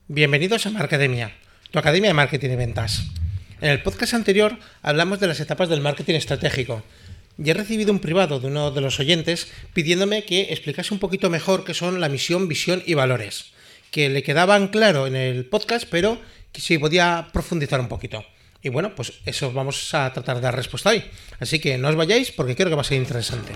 Bienvenidos a Marcademia, tu academia de marketing y ventas. En el podcast anterior hablamos de las etapas del marketing estratégico y he recibido un privado de uno de los oyentes pidiéndome que explicase un poquito mejor qué son la misión, visión y valores, que le quedaban claro en el podcast, pero que sí podía profundizar un poquito. Y bueno, pues eso vamos a tratar de dar respuesta hoy. Así que no os vayáis porque creo que va a ser interesante.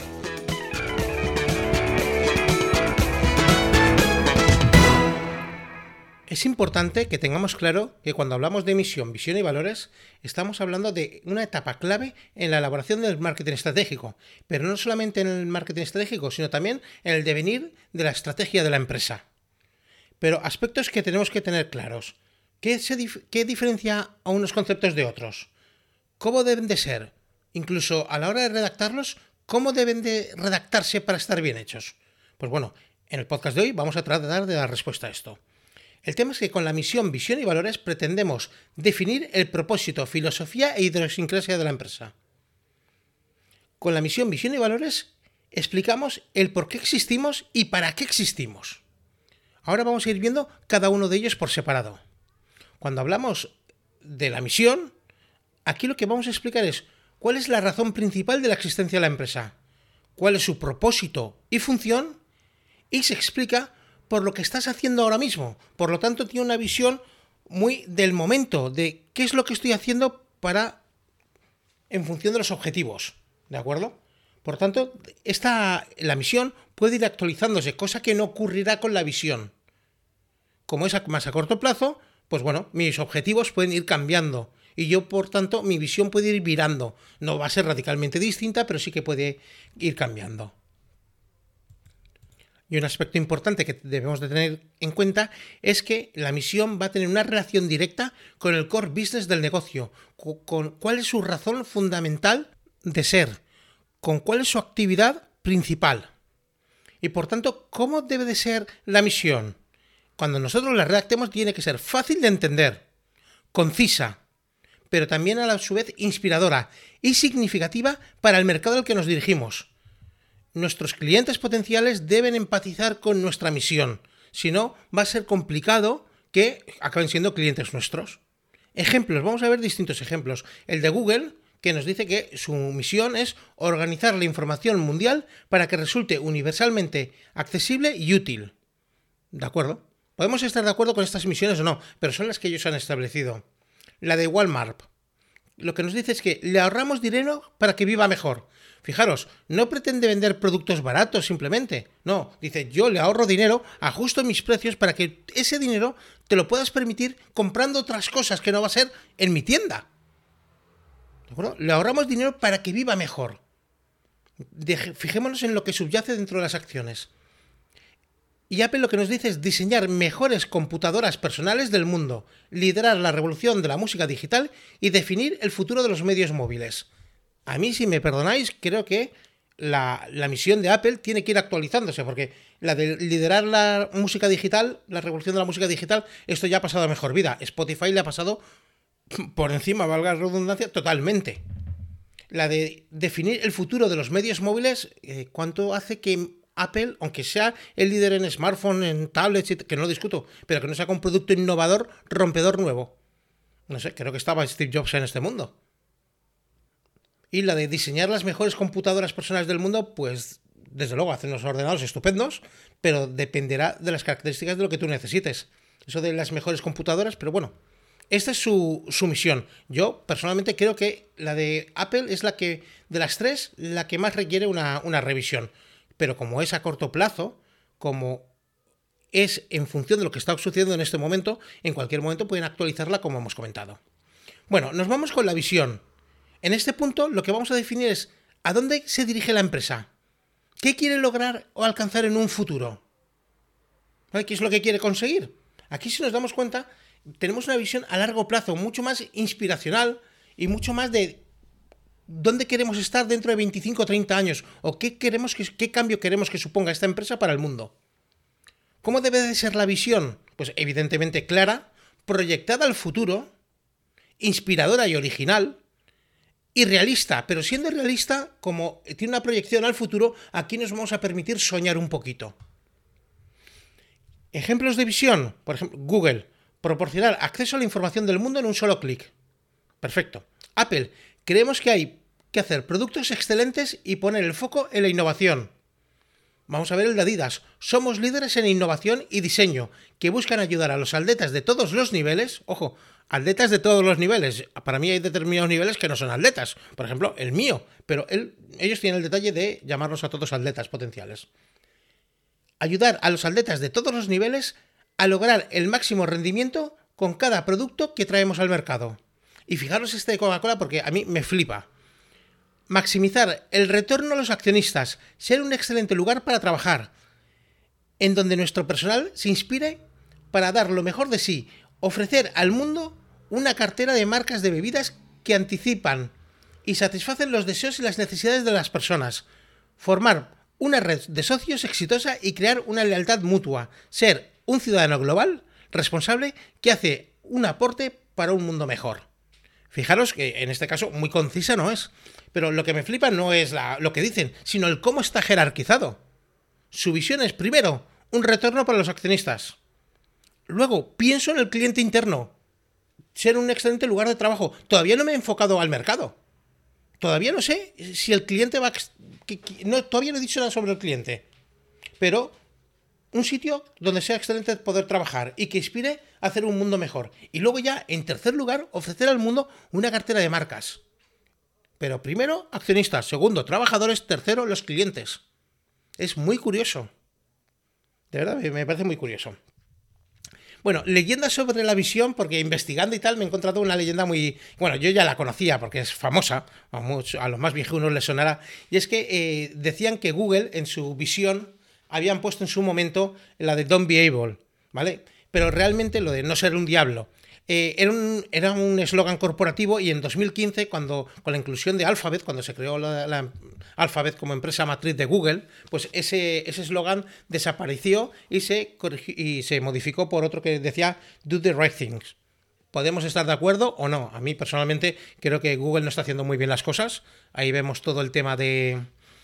Es importante que tengamos claro que cuando hablamos de misión, visión y valores, estamos hablando de una etapa clave en la elaboración del marketing estratégico, pero no solamente en el marketing estratégico, sino también en el devenir de la estrategia de la empresa. Pero aspectos que tenemos que tener claros. ¿Qué diferencia a unos conceptos de otros? ¿Cómo deben de ser? Incluso a la hora de redactarlos, ¿cómo deben de redactarse para estar bien hechos? Pues bueno, en el podcast de hoy vamos a tratar de dar respuesta a esto. El tema es que con la misión, visión y valores pretendemos definir el propósito, filosofía e idiosincrasia de la empresa. Con la misión, visión y valores explicamos el por qué existimos y para qué existimos. Ahora vamos a ir viendo cada uno de ellos por separado. Cuando hablamos de la misión, aquí lo que vamos a explicar es cuál es la razón principal de la existencia de la empresa, cuál es su propósito y función, y se explica por lo que estás haciendo ahora mismo. Por lo tanto, tiene una visión muy del momento, de qué es lo que estoy haciendo en función de los objetivos. ¿De acuerdo? Por tanto, la misión puede ir actualizándose, cosa que no ocurrirá con la visión. Como es más a corto plazo, pues bueno, mis objetivos pueden ir cambiando. Y yo, por tanto, mi visión puede ir virando. No va a ser radicalmente distinta, pero sí que puede ir cambiando. Y un aspecto importante que debemos de tener en cuenta es que la misión va a tener una relación directa con el core business del negocio, con cuál es su razón fundamental de ser, con cuál es su actividad principal. Y por tanto, ¿cómo debe de ser la misión? Cuando nosotros la redactemos tiene que ser fácil de entender, concisa, pero también a su vez inspiradora y significativa para el mercado al que nos dirigimos. Nuestros clientes potenciales deben empatizar con nuestra misión, si no va a ser complicado que acaben siendo clientes nuestros. Ejemplos, vamos a ver distintos ejemplos. El de Google, que nos dice que su misión es organizar la información mundial para que resulte universalmente accesible y útil. ¿De acuerdo? Podemos estar de acuerdo con estas misiones o no, pero son las que ellos han establecido. La de Walmart, lo que nos dice es que le ahorramos dinero para que viva mejor. Fijaros, no pretende vender productos baratos simplemente. No, dice, yo le ahorro dinero, ajusto mis precios para que ese dinero te lo puedas permitir comprando otras cosas que no va a ser en mi tienda. ¿De acuerdo? Le ahorramos dinero para que viva mejor. Fijémonos en lo que subyace dentro de las acciones. Y Apple lo que nos dice es diseñar mejores computadoras personales del mundo, liderar la revolución de la música digital y definir el futuro de los medios móviles. A mí, si me perdonáis, creo que la misión de Apple tiene que ir actualizándose, porque la de liderar la música digital, la revolución de la música digital, esto ya ha pasado a mejor vida. Spotify le ha pasado por encima, valga la redundancia, totalmente. La de definir el futuro de los medios móviles, ¿cuánto hace que Apple, aunque sea el líder en smartphone, en tablets, que no lo discuto, pero que no saca un producto innovador, rompedor nuevo? No sé, creo que estaba Steve Jobs en este mundo. Y la de diseñar las mejores computadoras personales del mundo, pues desde luego hacen unos ordenadores estupendos, pero dependerá de las características de lo que tú necesites. Eso de las mejores computadoras, pero bueno, esta es su misión. Yo personalmente creo que la de Apple es la que, de las tres, la que más requiere una revisión. Pero como es a corto plazo, como es en función de lo que está sucediendo en este momento, en cualquier momento pueden actualizarla como hemos comentado. Bueno, nos vamos con la visión. En este punto lo que vamos a definir es ¿a dónde se dirige la empresa? ¿Qué quiere lograr o alcanzar en un futuro? ¿Vale? ¿Qué es lo que quiere conseguir? Aquí, si nos damos cuenta, tenemos una visión a largo plazo, mucho más inspiracional y mucho más de dónde queremos estar dentro de 25 o 30 años o qué cambio queremos que suponga esta empresa para el mundo. ¿Cómo debe de ser la visión? Pues evidentemente clara, proyectada al futuro, inspiradora y original, y realista, pero siendo realista, como tiene una proyección al futuro, aquí nos vamos a permitir soñar un poquito. Ejemplos de visión, por ejemplo, Google. proporcionar acceso a la información del mundo en un solo clic. Perfecto. Apple, creemos que hay que hacer productos excelentes y poner el foco en la innovación. Vamos a ver el de Adidas. Somos líderes en innovación y diseño, que buscan ayudar a los atletas de todos los niveles. Ojo, atletas de todos los niveles. Para mí hay determinados niveles que no son atletas. Por ejemplo, el mío. Pero ellos tienen el detalle de llamarnos a todos atletas potenciales. Ayudar a los atletas de todos los niveles a lograr el máximo rendimiento con cada producto que traemos al mercado. Y fijaros este de Coca-Cola porque a mí me flipa. Maximizar el retorno a los accionistas, ser un excelente lugar para trabajar, en donde nuestro personal se inspire para dar lo mejor de sí, ofrecer al mundo una cartera de marcas de bebidas que anticipan y satisfacen los deseos y las necesidades de las personas, formar una red de socios exitosa y crear una lealtad mutua, ser un ciudadano global responsable que hace un aporte para un mundo mejor. Fijaros que en este caso muy concisa no es, pero lo que me flipa no es lo que dicen, sino el cómo está jerarquizado. Su visión es, primero, un retorno para los accionistas. Luego, pienso en el cliente interno, ser un excelente lugar de trabajo. Todavía no me he enfocado al mercado. Todavía no sé si el cliente va... todavía no he dicho nada sobre el cliente. Pero un sitio donde sea excelente poder trabajar y que inspire a hacer un mundo mejor. Y luego ya, en tercer lugar, ofrecer al mundo una cartera de marcas. Pero primero, accionistas. Segundo, trabajadores. Tercero, los clientes. Es muy curioso. De verdad, me parece muy curioso. Bueno, leyendas sobre la visión, porque investigando y tal me he encontrado una leyenda muy... Bueno, yo ya la conocía porque es famosa, a los más viejunos les sonará, y es que decían que Google en su visión habían puesto en su momento la de Don't Be Able, ¿vale? Pero realmente lo de no ser un diablo era un eslogan corporativo, y en 2015, con la inclusión de Alphabet, cuando se creó la Alphabet como empresa matriz de Google, pues ese eslogan desapareció y se modificó por otro que decía Do the right things. Podemos estar de acuerdo o no. A mí personalmente creo que Google no está haciendo muy bien las cosas. Ahí vemos todo el tema de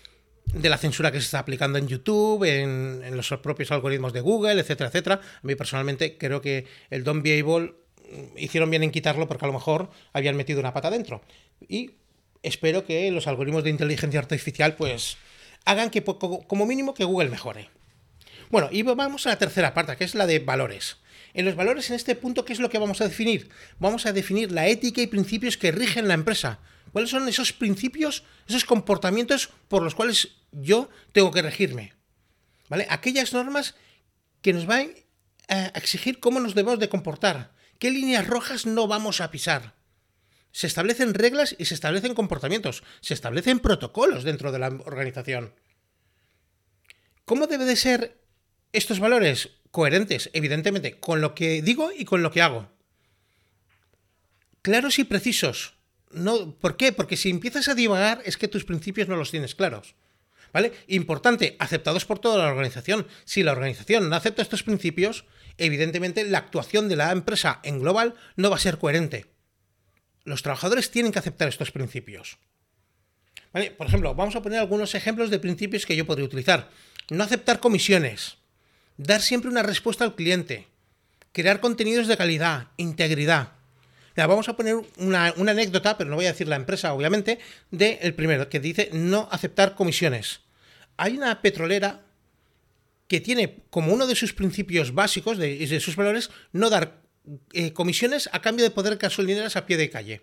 la censura que se está aplicando en YouTube, en los propios algoritmos de Google, etcétera, etcétera. A mí personalmente creo que el Don't Be Able hicieron bien en quitarlo porque a lo mejor habían metido una pata dentro. Y espero que los algoritmos de inteligencia artificial pues hagan que como mínimo que Google mejore. Bueno, y vamos a la tercera parte, que es la de valores. En los valores, en este punto, ¿qué es lo que vamos a definir? Vamos a definir la ética y principios que rigen la empresa. ¿Cuáles son esos principios, esos comportamientos por los cuales yo tengo que regirme? ¿Vale? Aquellas normas que nos van a exigir cómo nos debemos de comportar. ¿Qué líneas rojas no vamos a pisar? Se establecen reglas y se establecen comportamientos. Se establecen protocolos dentro de la organización. ¿Cómo debe de ser estos valores? Coherentes, evidentemente, con lo que digo y con lo que hago. Claros y precisos. No, ¿por qué? Porque si empiezas a divagar es que tus principios no los tienes claros. ¿Vale? Importante, aceptados por toda la organización. Si la organización no acepta estos principios, evidentemente la actuación de la empresa en global no va a ser coherente. Los trabajadores tienen que aceptar estos principios. ¿Vale? Por ejemplo, vamos a poner algunos ejemplos de principios que yo podría utilizar. No aceptar comisiones. Dar siempre una respuesta al cliente. Crear contenidos de calidad. Integridad. Mira, vamos a poner una anécdota, pero no voy a decir la empresa, obviamente, del primero, que dice no aceptar comisiones. Hay una petrolera que tiene como uno de sus principios básicos, de sus valores, no dar comisiones a cambio de poner gasolineras a pie de calle.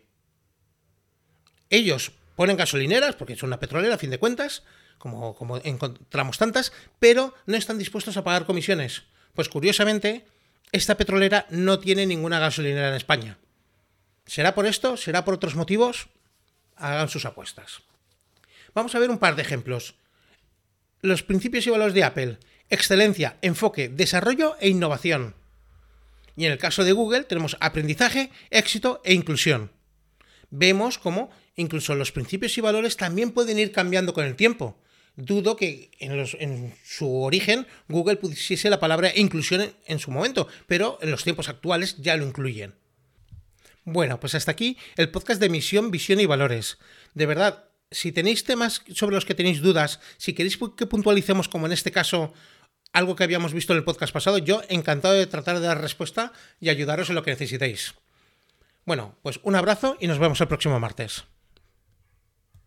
Ellos ponen gasolineras, porque son una petrolera a fin de cuentas, como encontramos tantas, pero no están dispuestos a pagar comisiones. Pues curiosamente, esta petrolera no tiene ninguna gasolinera en España. ¿Será por esto? ¿Será por otros motivos? Hagan sus apuestas. Vamos a ver un par de ejemplos. Los principios y valores de Apple: excelencia, enfoque, desarrollo e innovación. Y en el caso de Google tenemos aprendizaje, éxito e inclusión. Vemos cómo incluso los principios y valores también pueden ir cambiando con el tiempo. Dudo que en su origen Google pusiese la palabra inclusión en su momento, pero en los tiempos actuales ya lo incluyen. Bueno, pues hasta aquí el podcast de misión, visión y valores. De verdad, si tenéis temas sobre los que tenéis dudas, si queréis que puntualicemos, como en este caso, algo que habíamos visto en el podcast pasado. Yo encantado de tratar de dar respuesta y ayudaros en lo que necesitéis. Bueno, pues un abrazo y nos vemos el próximo martes.